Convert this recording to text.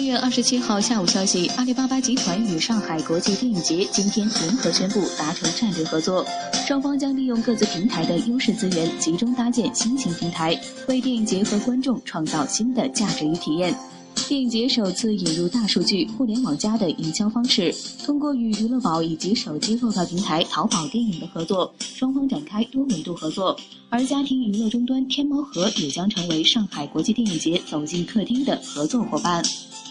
月27号下午消息，阿里巴巴集团与上海国际电影节今天联合宣布达成战略合作，双方将利用各自平台的优势资源，集中搭建新型平台，为电影节和观众创造新的价值与体验。电影节首次引入大数据、互联网加的营销方式，通过与娱乐宝以及手机购票平台淘宝电影的合作，双方展开多维度合作。而家庭娱乐终端天猫盒也将成为上海国际电影节走进客厅的合作伙伴。